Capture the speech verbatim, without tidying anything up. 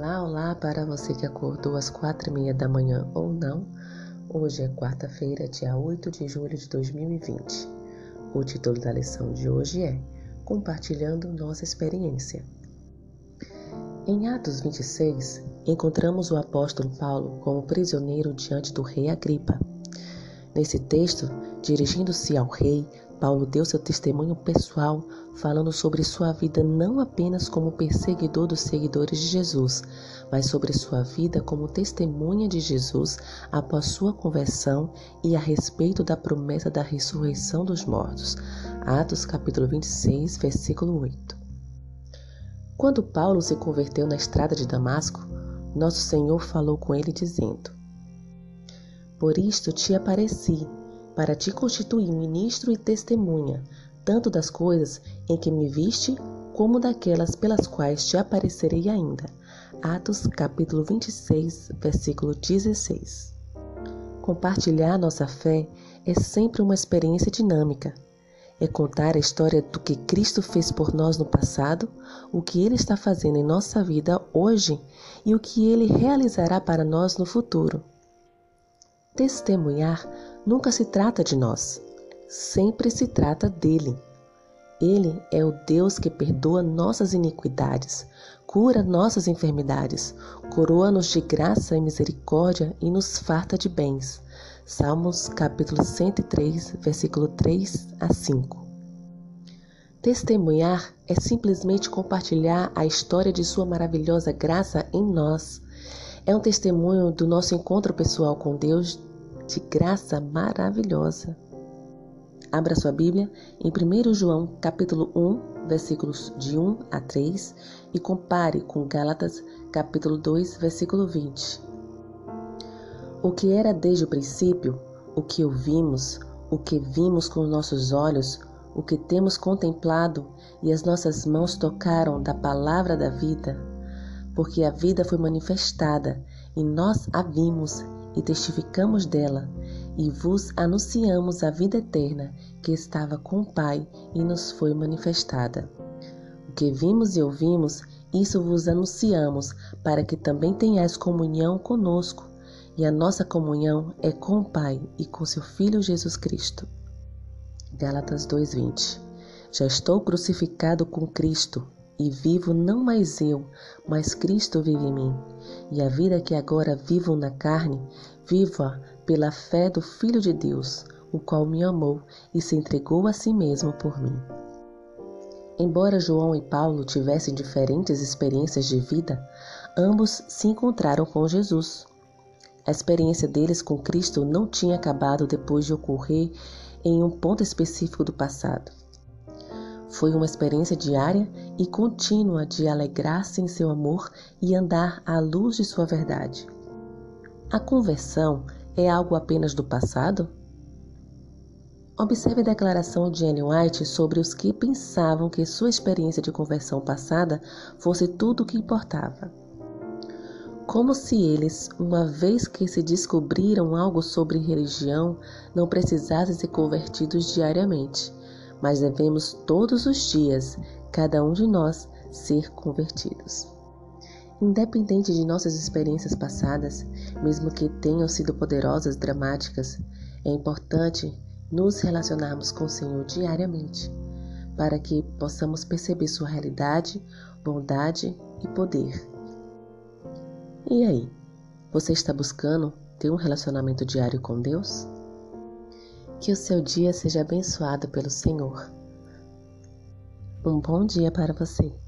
Olá, olá para você que acordou às quatro e meia da manhã ou não. Hoje é quarta-feira, dia oito de julho de dois mil e vinte. O título da lição de hoje é Compartilhando Nossa Experiência. Em Atos vinte e seis, encontramos o apóstolo Paulo como prisioneiro diante do rei Agripa. Nesse texto, dirigindo-se ao rei, Paulo deu seu testemunho pessoal, falando sobre sua vida não apenas como perseguidor dos seguidores de Jesus, mas sobre sua vida como testemunha de Jesus após sua conversão e a respeito da promessa da ressurreição dos mortos. Atos capítulo vinte e seis, versículo oito. Quando Paulo se converteu na estrada de Damasco, nosso Senhor falou com ele dizendo: Por isto te apareci, para te constituir ministro e testemunha, tanto das coisas em que me viste, como daquelas pelas quais te aparecerei ainda. Atos capítulo vinte e seis, versículo dezesseis. Compartilhar nossa fé é sempre uma experiência dinâmica. É contar a história do que Cristo fez por nós no passado, o que Ele está fazendo em nossa vida hoje e o que Ele realizará para nós no futuro. Testemunhar nunca se trata de nós, sempre se trata dele. Ele é o Deus que perdoa nossas iniquidades, cura nossas enfermidades, coroa-nos de graça e misericórdia e nos farta de bens. Salmos capítulo cento e três, versículo três a cinco. Testemunhar é simplesmente compartilhar a história de sua maravilhosa graça em nós. É um testemunho do nosso encontro pessoal com Deus de graça maravilhosa. Abra sua Bíblia em primeiro João capítulo um, versículos de um a três e compare com Gálatas capítulo dois, versículo vinte. O que era desde o princípio, o que ouvimos, o que vimos com nossos olhos, o que temos contemplado e as nossas mãos tocaram da palavra da vida, porque a vida foi manifestada e nós a vimos e testificamos dela, e vos anunciamos a vida eterna que estava com o Pai e nos foi manifestada. O que vimos e ouvimos, isso vos anunciamos, para que também tenhais comunhão conosco, e a nossa comunhão é com o Pai e com seu Filho Jesus Cristo. Gálatas dois, vinte. Já estou crucificado com Cristo, e vivo não mais eu, mas Cristo vive em mim. E a vida que agora vivo na carne, vivo-a pela fé do Filho de Deus, o qual me amou e se entregou a si mesmo por mim. Embora João e Paulo tivessem diferentes experiências de vida, ambos se encontraram com Jesus. A experiência deles com Cristo não tinha acabado depois de ocorrer em um ponto específico do passado. Foi uma experiência diária e contínua de alegrar-se em seu amor e andar à luz de sua verdade. A conversão é algo apenas do passado? Observe a declaração de Ellen White sobre os que pensavam que sua experiência de conversão passada fosse tudo o que importava. Como se eles, uma vez que se descobriram algo sobre religião, não precisassem ser convertidos diariamente. Mas devemos todos os dias, cada um de nós, ser convertidos. Independente de nossas experiências passadas, mesmo que tenham sido poderosas, dramáticas, é importante nos relacionarmos com o Senhor diariamente, para que possamos perceber sua realidade, bondade e poder. E aí, você está buscando ter um relacionamento diário com Deus? Que o seu dia seja abençoado pelo Senhor. Um bom dia para você.